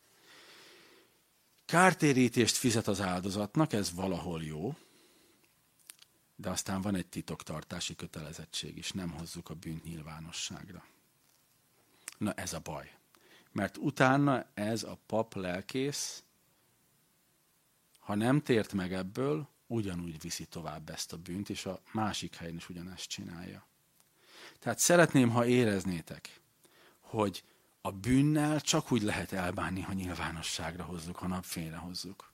kártérítést fizet az áldozatnak, ez valahol jó, de aztán van egy titoktartási kötelezettség is, nem hozzuk a bűnt nyilvánosságra. Na ez a baj. Mert utána ez a pap lelkész, ha nem tért meg ebből, ugyanúgy viszi tovább ezt a bűnt, és a másik helyen is ugyanezt csinálja. Tehát szeretném, ha éreznétek, hogy a bűnnel csak úgy lehet elbánni, ha nyilvánosságra hozzuk, ha napfényre hozzuk.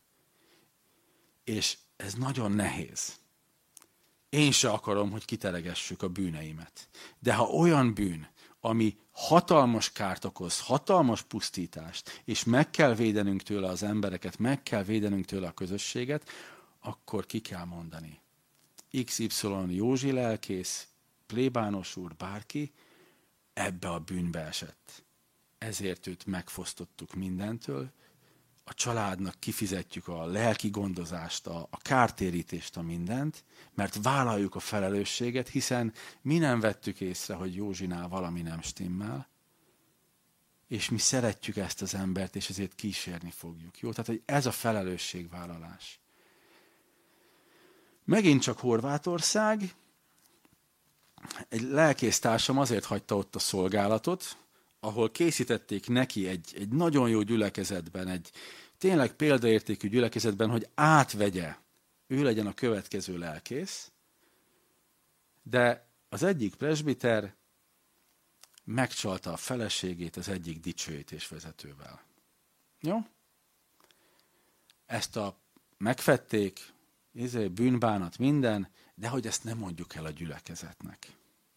És ez nagyon nehéz. Én se akarom, hogy kiteregessük a bűneimet. De ha olyan bűn, ami hatalmas kárt okoz, hatalmas pusztítást, és meg kell védenünk tőle az embereket, meg kell védenünk tőle a közösséget, akkor ki kell mondani. XY Józsi lelkész, plébános úr, bárki, ebbe a bűnbe esett. Ezért őt megfosztottuk mindentől, a családnak kifizetjük a lelki gondozást, a kártérítést, a mindent, mert vállaljuk a felelősséget, hiszen mi nem vettük észre, hogy Józsinál valami nem stimmel, és mi szeretjük ezt az embert, és ezért kísérni fogjuk. Jó? Tehát, hogy ez a felelősségvállalás. Megint csak Horvátország, egy lelkésztársam azért hagyta ott a szolgálatot, ahol készítették neki egy nagyon jó gyülekezetben, egy tényleg példaértékű gyülekezetben, hogy átvegye, ő legyen a következő lelkész, de az egyik presbiter megcsalta a feleségét az egyik dicsőítésvezetővel. Jó? Ezt megfették, bűnbánat, minden, de hogy ezt nem mondjuk el a gyülekezetnek.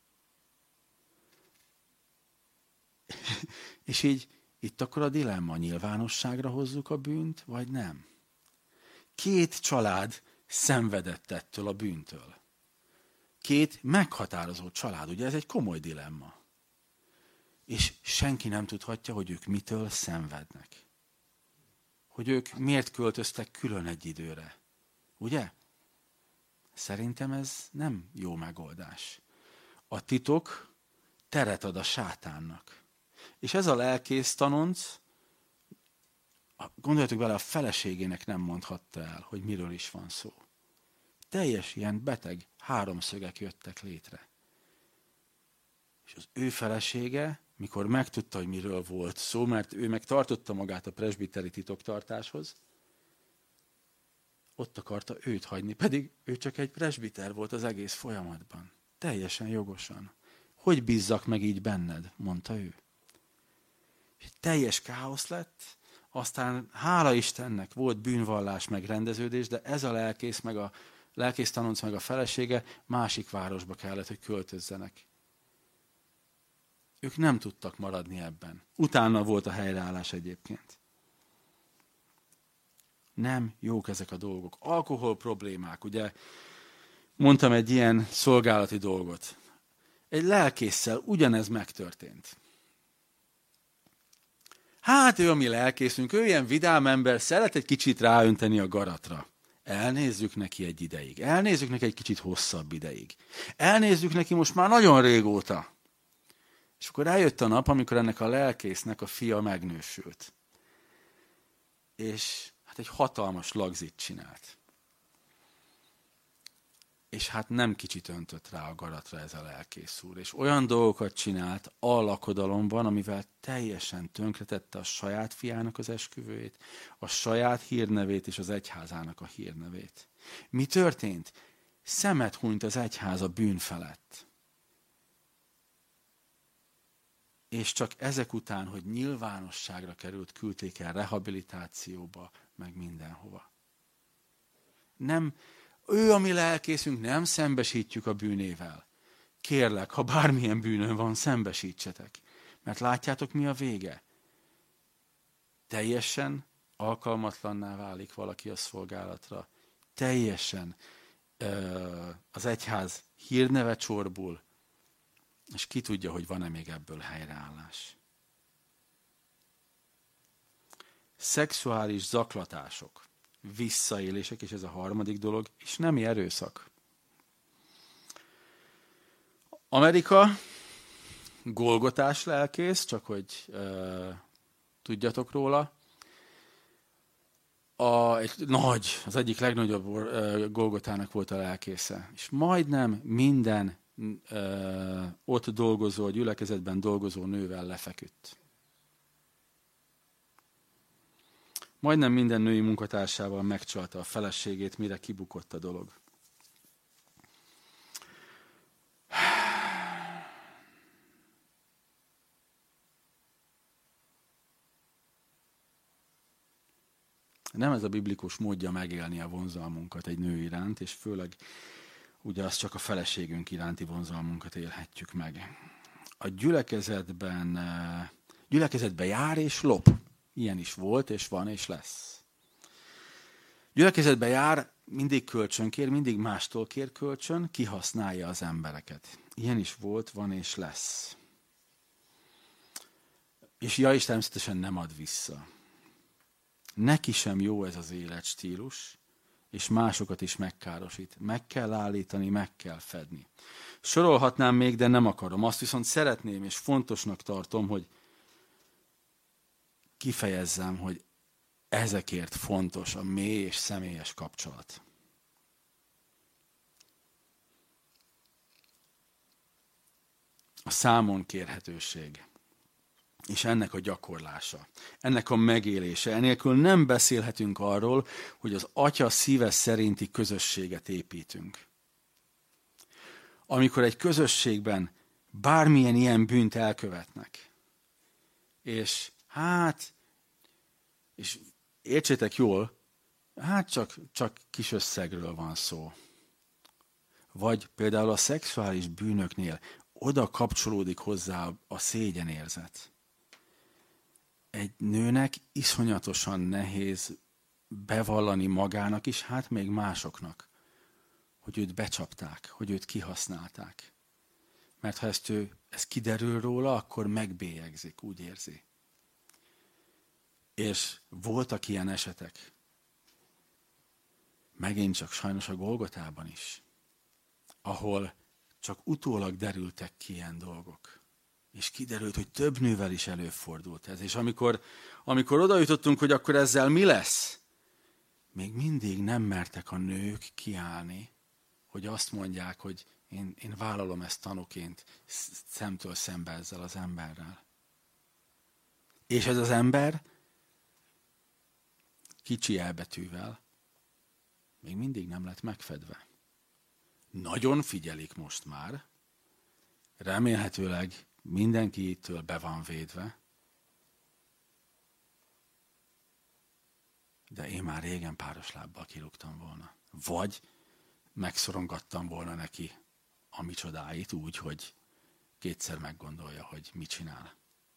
És így itt akkor a dilemma, nyilvánosságra hozzuk a bűnt, vagy nem? 2 család szenvedett ettől a bűntől. 2 meghatározó család, ugye ez egy komoly dilemma. És senki nem tudhatja, hogy ők mitől szenvednek. Hogy ők miért költöztek külön egy időre. Ugye? Szerintem ez nem jó megoldás. A titok teret ad a sátánnak. És ez a lelkész tanonc, gondoljatok bele, a feleségének nem mondhatta el, hogy miről is van szó. Teljes ilyen beteg háromszögek jöttek létre. És az ő felesége, mikor megtudta, hogy miről volt szó, mert ő meg tartotta magát a presbiteri titoktartáshoz, ott akarta őt hagyni, pedig ő csak egy presbiter volt az egész folyamatban. Teljesen jogosan. Hogy bízzak meg így benned, mondta ő. És teljes káosz lett, Aztán hála Istennek volt bűnvallás, meg rendeződés, de ez a lelkész, meg a lelkésztanonc, meg a felesége másik városba kellett, hogy költözzenek. Ők nem tudtak maradni ebben. Utána volt a helyreállás egyébként. Nem jók ezek a dolgok. Alkohol problémák, ugye mondtam egy ilyen szolgálati dolgot. Egy lelkésszel ugyanez megtörtént. Hát ő a mi lelkészünk, ő ilyen vidám ember, szeret egy kicsit ráönteni a garatra. Elnézzük neki egy ideig. Elnézzük neki egy kicsit hosszabb ideig. Elnézzük neki most már nagyon régóta. És akkor eljött a nap, amikor ennek a lelkésznek a fia megnősült. És hát egy hatalmas lagzit csinált. És hát nem kicsit öntött rá a garatra ez a lelkész úr. És olyan dolgokat csinált a lakodalomban, amivel teljesen tönkretette a saját fiának az esküvőjét, a saját hírnevét és az egyházának a hírnevét. Mi történt? Szemet hunyt az egyház a bűn felett. És csak ezek után, hogy nyilvánosságra került, küldték el rehabilitációba, meg mindenhova. Nem, ő a mi lelkészünk, nem szembesítjük a bűnével. Kérlek, ha bármilyen bűnön van, szembesítsetek. Mert látjátok, mi a vége? Teljesen alkalmatlanná válik valaki a szolgálatra. Teljesen az egyház hírneve csorbul, és ki tudja, hogy van-e még ebből helyreállás. Szexuális zaklatások, visszaélések, és ez a harmadik dolog, és nemi erőszak. Amerika Golgotás lelkész, csak hogy tudjatok róla. Az egyik legnagyobb Golgotának volt a lelkésze. És majdnem minden ott dolgozó, a gyülekezetben dolgozó nővel lefeküdt. Majdnem minden női munkatársával megcsalta a feleségét, mire kibukott a dolog. Nem ez a biblikus módja megélni a vonzalmunkat egy nő iránt, és főleg ugye azt csak a feleségünk iránti vonzalmunkat élhetjük meg. A gyülekezetben jár és lop. Ilyen is volt, és van, és lesz. Gyülekezetben jár, mindig kölcsön kér, mindig mástól kér kölcsön, kihasználja az embereket. Ilyen is volt, van, és lesz. És természetesen nem ad vissza. Neki sem jó ez az életstílus, és másokat is megkárosít. Meg kell állítani, meg kell fedni. Sorolhatnám még, de nem akarom. Azt viszont szeretném, és fontosnak tartom, hogy kifejezzem, hogy ezekért fontos a mély és személyes kapcsolat. A számon kérhetőség. És ennek a gyakorlása, ennek a megélése. Enélkül nem beszélhetünk arról, hogy az Atya szíve szerinti közösséget építünk. Amikor egy közösségben bármilyen ilyen bűnt elkövetnek, és értsétek jól, csak kis összegről van szó. Vagy például a szexuális bűnöknél oda kapcsolódik hozzá a szégyenérzet. Egy nőnek iszonyatosan nehéz bevallani magának is, hát még másoknak, hogy őt becsapták, hogy őt kihasználták. Mert ha ez kiderül róla, akkor megbélyegzik, úgy érzi. És voltak ilyen esetek. Megint csak sajnos a Golgotában is, ahol csak utólag derültek ki ilyen dolgok. És kiderült, hogy több nővel is előfordult ez. És amikor oda jutottunk, hogy akkor ezzel mi lesz, még mindig nem mertek a nők kiállni, hogy azt mondják, hogy én vállalom ezt tanúként szemtől szembe ezzel az emberrel. És ez az ember kicsi elbetűvel még mindig nem lett megfedve. Nagyon figyelik most már, remélhetőleg mindenkitől be van védve, de én már régen páros lábbal kirúgtam volna. Vagy megszorongattam volna neki a micsodáit úgy, hogy kétszer meggondolja, hogy mit csinál.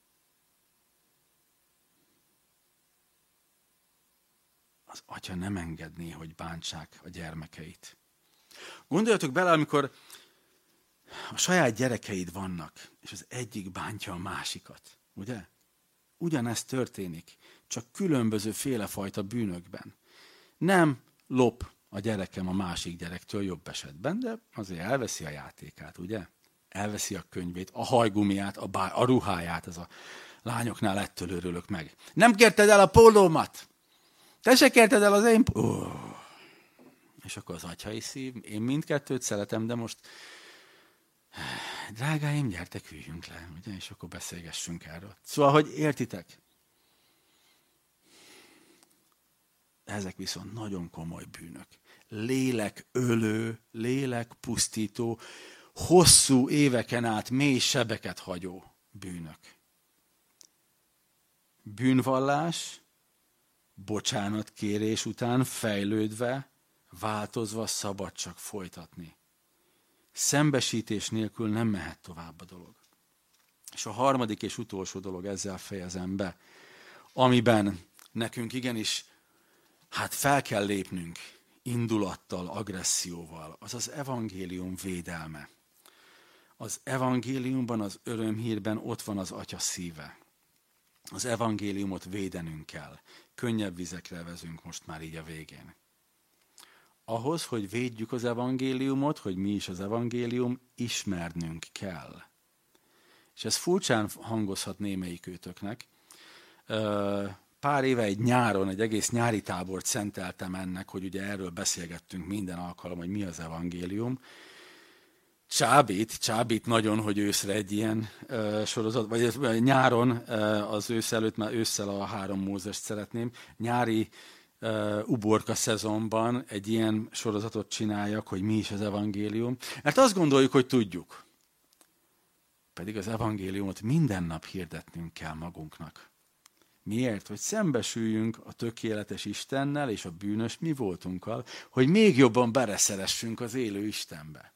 Az atya nem engedné, hogy bántsák a gyermekeit. Gondoljatok bele, amikor a saját gyerekeid vannak, és az egyik bántja a másikat, ugye? Ugyanezt történik, csak különböző félefajta bűnökben. Nem lop a gyerekem a másik gyerektől jobb esetben, de azért elveszi a játékát, ugye? Elveszi a könyvét, a hajgumiát, a ruháját, ez a lányoknál ettől örülök meg. Nem kérted el a pólómat! Te se kérted el az én... És akkor az atyai szív, én mindkettőt szeretem, de most drágáim, gyertek, üljünk le, ugye? És akkor beszélgessünk erről. Szóval, hogy értitek? Ezek viszont nagyon komoly bűnök. Lélekölő, lélekpusztító, hosszú éveken át mély sebeket hagyó bűnök. Bűnvallás, bocsánatkérés után fejlődve, változva szabad csak folytatni. Szembesítés nélkül nem mehet tovább a dolog. És a harmadik és utolsó dolog, ezzel fejezem be, amiben nekünk igenis fel kell lépnünk indulattal, agresszióval, az az evangélium védelme. Az evangéliumban, az örömhírben ott van az atya szíve. Az evangéliumot védenünk kell. Könnyebb vizekre vezünk most már így a végén. Ahhoz, hogy védjük az evangéliumot, hogy mi is az evangélium, ismernünk kell. És ez furcsán hangozhat némelyikőtöknek. Pár éve egy nyáron, egy egész nyári tábort szenteltem ennek, hogy ugye erről beszélgettünk minden alkalom, hogy mi az evangélium. Csábít nagyon, hogy őszre egy ilyen sorozat, vagy nyáron az ősz előtt, már ősszel a 3 Mózest szeretném, nyári uborka szezonban egy ilyen sorozatot csináljak, hogy mi is az evangélium. Mert azt gondoljuk, hogy tudjuk. Pedig az evangéliumot minden nap hirdetnünk kell magunknak. Miért? Hogy szembesüljünk a tökéletes Istennel és a bűnös mi voltunkkal, hogy még jobban beleszeressünk az élő Istenbe.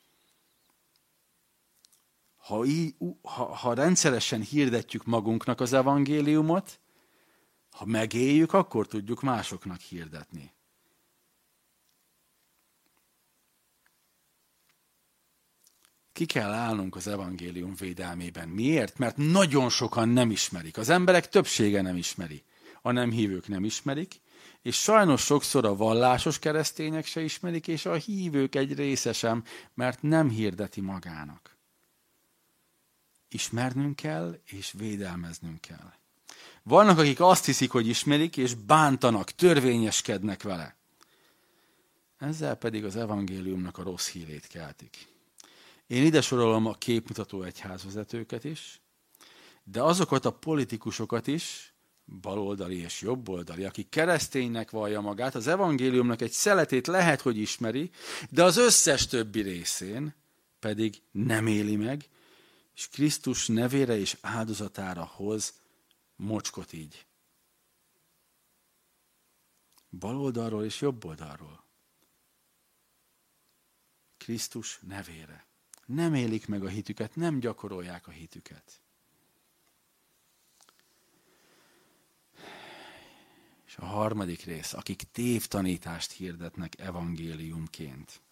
Ha rendszeresen hirdetjük magunknak az evangéliumot, ha megéljük, akkor tudjuk másoknak hirdetni. Ki kell állnunk az evangélium védelmében. Miért? Mert nagyon sokan nem ismerik. Az emberek többsége nem ismeri. A nem hívők nem ismerik, és sajnos sokszor a vallásos keresztények se ismerik, és a hívők egy része sem, mert nem hirdeti magának. Ismernünk kell, és védelmeznünk kell. Vannak, akik azt hiszik, hogy ismerik, és bántanak, törvényeskednek vele. Ezzel pedig az evangéliumnak a rossz hírét keltik. Én ide sorolom a képmutató egyházvezetőket is, de azokat a politikusokat is, baloldali és jobboldali, aki kereszténynek vallja magát, az evangéliumnak egy szeletét lehet, hogy ismeri, de az összes többi részén pedig nem éli meg, és Krisztus nevére és áldozatára hoz mocskot így. Baloldalról és jobboldalról. Krisztus nevére. Nem élik meg a hitüket, nem gyakorolják a hitüket. És a harmadik rész, akik tévtanítást hirdetnek evangéliumként.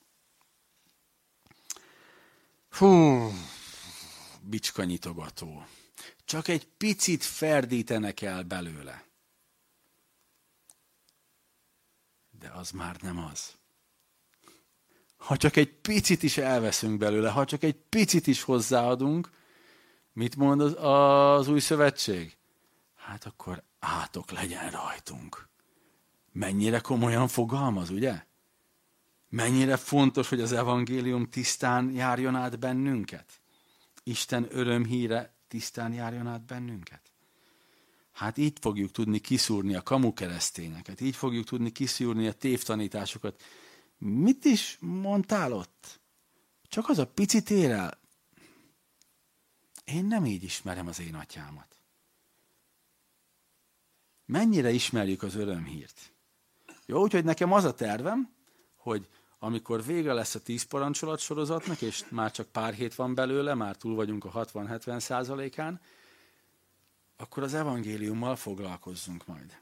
Bicskanyitogató. Csak egy picit ferdítenek el belőle. De az már nem az. Ha csak egy picit is elveszünk belőle, ha csak egy picit is hozzáadunk, mit mond az új szövetség? Hát akkor átok legyen rajtunk. Mennyire komolyan fogalmaz, ugye? Mennyire fontos, hogy az evangélium tisztán járjon át bennünket? Isten örömhíre tisztán járjon át bennünket? Hát így fogjuk tudni kiszúrni a kamukeresztényeket, így fogjuk tudni kiszúrni a tévtanításokat. Mit is mondtál ott? Csak az a picit ér el. Én nem így ismerem az én atyámat. Mennyire ismerjük az örömhírt? Jó, úgyhogy nekem az a tervem, hogy amikor vége lesz a 10 parancsolat sorozatnak, és már csak pár hét van belőle, már túl vagyunk a 60-70%-án, akkor az evangéliummal foglalkozzunk majd.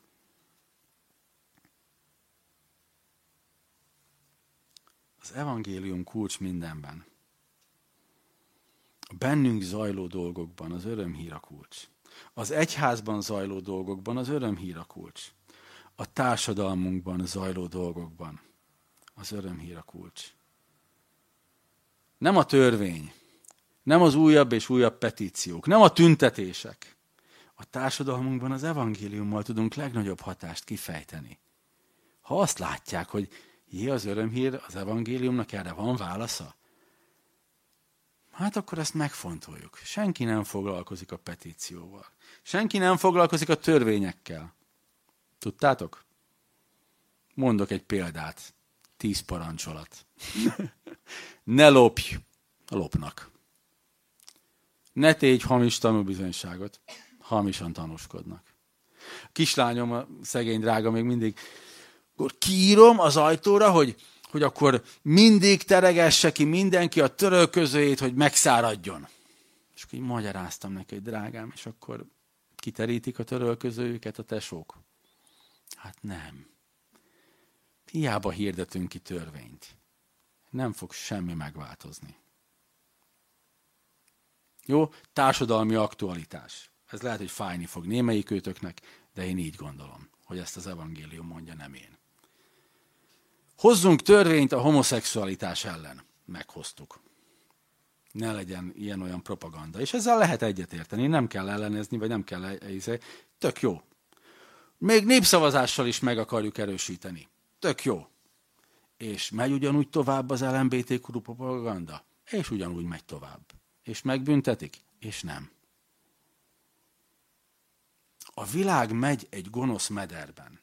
Az evangélium kulcs mindenben. A bennünk zajló dolgokban az örömhír a kulcs. Az egyházban zajló dolgokban az örömhír a kulcs. A társadalmunkban zajló dolgokban az örömhír a kulcs. Nem a törvény, nem az újabb és újabb petíciók, nem a tüntetések. A társadalmunkban az evangéliummal tudunk legnagyobb hatást kifejteni. Ha azt látják, hogy az örömhír, az evangéliumnak erre van válasza, hát akkor ezt megfontoljuk. Senki nem foglalkozik a petícióval. Senki nem foglalkozik a törvényekkel. Tudtátok? Mondok egy példát. 10 parancsolat. Ne lopj, lopnak. Ne tégy hamis tanúbizonyságot, hamisan tanúskodnak. A kislányom, a szegény drága még mindig, akkor kiírom az ajtóra, hogy akkor mindig teregesse ki mindenki a törölközőjét, hogy megszáradjon. És akkor így magyaráztam neki, hogy drágám, és akkor kiterítik a törölközőjüket a tesók. Hát nem. Hiába hirdetünk ki törvényt. Nem fog semmi megváltozni. Jó, társadalmi aktualitás. Ez lehet, hogy fájni fog némelyikőtöknek, de én így gondolom, hogy ezt az evangélium mondja, nem én. Hozzunk törvényt a homoszexualitás ellen. Meghoztuk. Ne legyen ilyen-olyan propaganda. És ezzel lehet egyetérteni, nem kell ellenezni, vagy nem kell tök jó. Még népszavazással is meg akarjuk erősíteni. Tök jó. És megy ugyanúgy tovább az LMBTQ propaganda? És ugyanúgy megy tovább. És megbüntetik? És nem. A világ megy egy gonosz mederben.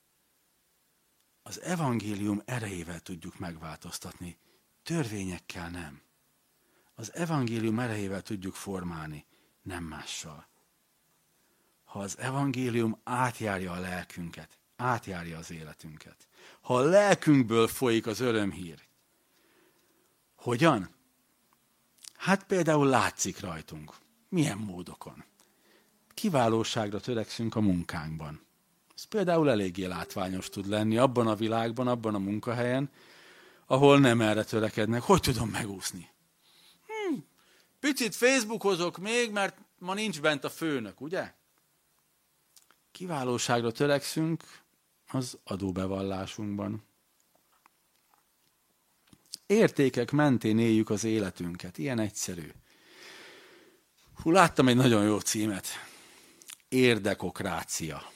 Az evangélium erejével tudjuk megváltoztatni, törvényekkel nem. Az evangélium erejével tudjuk formálni, nem mással. Ha az evangélium átjárja a lelkünket, átjárja az életünket. Ha a lelkünkből folyik az örömhír. Hogyan? Hát például látszik rajtunk. Milyen módokon? Kiválóságra törekszünk a munkánkban. Ez például eléggé látványos tud lenni abban a világban, abban a munkahelyen, ahol nem erre törekednek. Hogy tudom megúszni? Picit Facebookozok még, mert ma nincs bent a főnök, ugye? Kiválóságra törekszünk az adóbevallásunkban. Értékek mentén éljük az életünket. Ilyen egyszerű. Láttam egy nagyon jó címet. Érdekokrácia.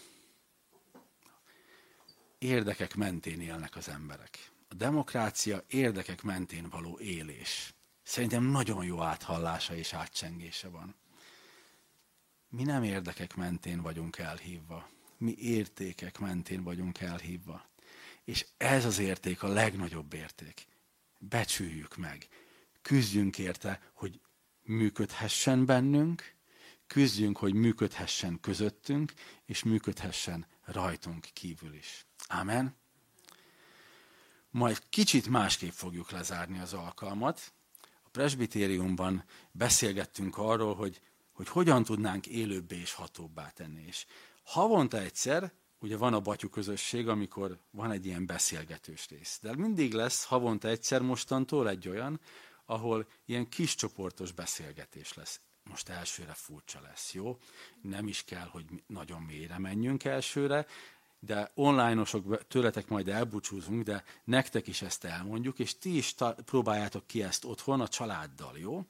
Érdekek mentén élnek az emberek. A demokrácia érdekek mentén való élés. Szerintem nagyon jó áthallása és átcsengése van. Mi nem érdekek mentén vagyunk elhívva. Mi értékek mentén vagyunk elhívva. És ez az érték a legnagyobb érték. Becsüljük meg. Küzdjünk érte, hogy működhessen bennünk, küzdjünk, hogy működhessen közöttünk, és működhessen rajtunk kívül is. Ámen. Majd kicsit másképp fogjuk lezárni az alkalmat. A presbitériumban beszélgettünk arról, hogy hogyan tudnánk élőbbé és hatóbbá tenni. És havonta egyszer, ugye van a Batyú közösség, amikor van egy ilyen beszélgetős rész. De mindig lesz havonta egyszer mostantól egy olyan, ahol ilyen kis csoportos beszélgetés lesz. Most elsőre furcsa lesz, jó? Nem is kell, hogy nagyon mélyre menjünk elsőre, de online-osok tőletek majd elbúcsúzunk, de nektek is ezt elmondjuk, és ti is próbáljátok ki ezt otthon a családdal, jó?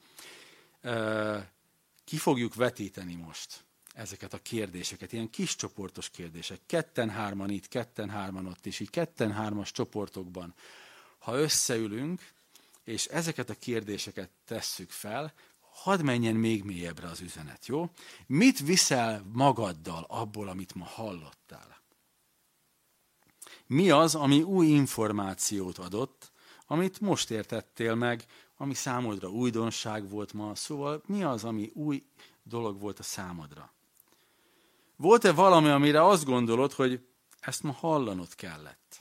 Ki fogjuk vetíteni most ezeket a kérdéseket, ilyen kis csoportos kérdések, 2-3 itt, 2-3 ott, és így 2-3 csoportokban. Ha összeülünk, és ezeket a kérdéseket tesszük fel, hadd menjen még mélyebbre az üzenet, jó? Mit viszel magaddal abból, amit ma hallottál? Mi az, ami új információt adott, amit most értettél meg, ami számodra újdonság volt ma, szóval mi az, ami új dolog volt a számodra? Volt-e valami, amire azt gondolod, hogy ezt ma hallanod kellett?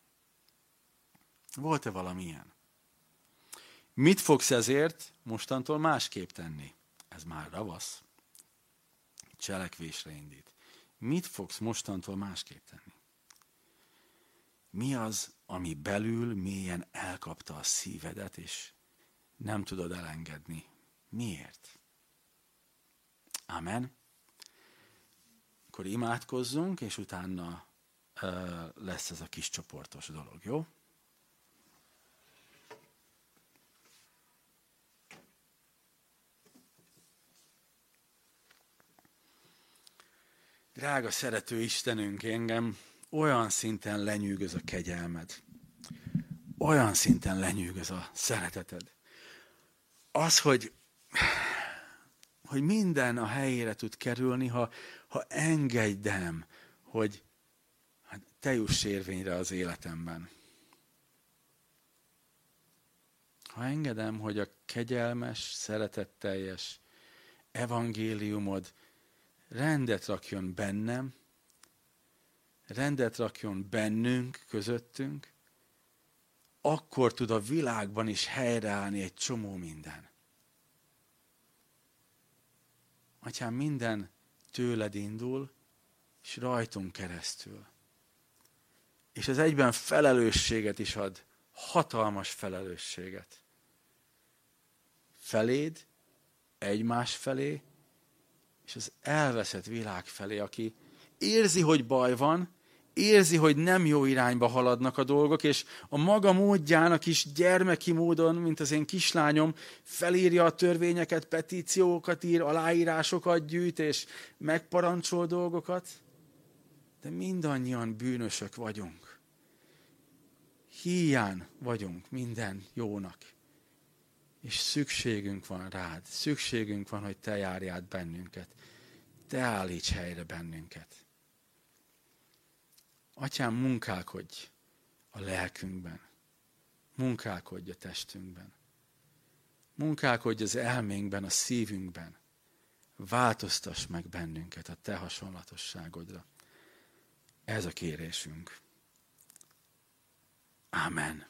Volt-e valami ilyen? Mit fogsz ezért mostantól másképp tenni? Ez már ravasz. Cselekvésre indít. Mit fogsz mostantól másképp tenni? Mi az, ami belül mélyen elkapta a szívedet, és nem tudod elengedni? Miért? Amen. Akkor imádkozzunk, és utána lesz ez a kis csoportos dolog, jó? Drága szerető Istenünk, engem olyan szinten lenyűgöz a kegyelmed. Olyan szinten lenyűgöz a szereteted. Az, hogy minden a helyére tud kerülni, ha engedem, hogy te juss érvényre az életemben. Ha engedem, hogy a kegyelmes, szeretetteljes evangéliumod rendet rakjon bennem, rendet rakjon bennünk, közöttünk, akkor tud a világban is helyreállni egy csomó minden. Atyám, minden tőled indul, és rajtunk keresztül. És ez egyben felelősséget is ad, hatalmas felelősséget. Feléd, egymás felé, és az elveszett világ felé, aki érzi, hogy baj van, érzi, hogy nem jó irányba haladnak a dolgok, és a maga módján, a kis gyermeki módon, mint az én kislányom, felírja a törvényeket, petíciókat ír, aláírásokat gyűjt, és megparancsol dolgokat, de mindannyian bűnösök vagyunk. Híján vagyunk minden jónak. És szükségünk van rád. Szükségünk van, hogy te járj át bennünket. Te állíts helyre bennünket. Atyám, munkálkodj a lelkünkben. Munkálkodj a testünkben. Munkálkodj az elménkben, a szívünkben. Változtass meg bennünket a te hasonlatosságodra. Ez a kérésünk. Amen.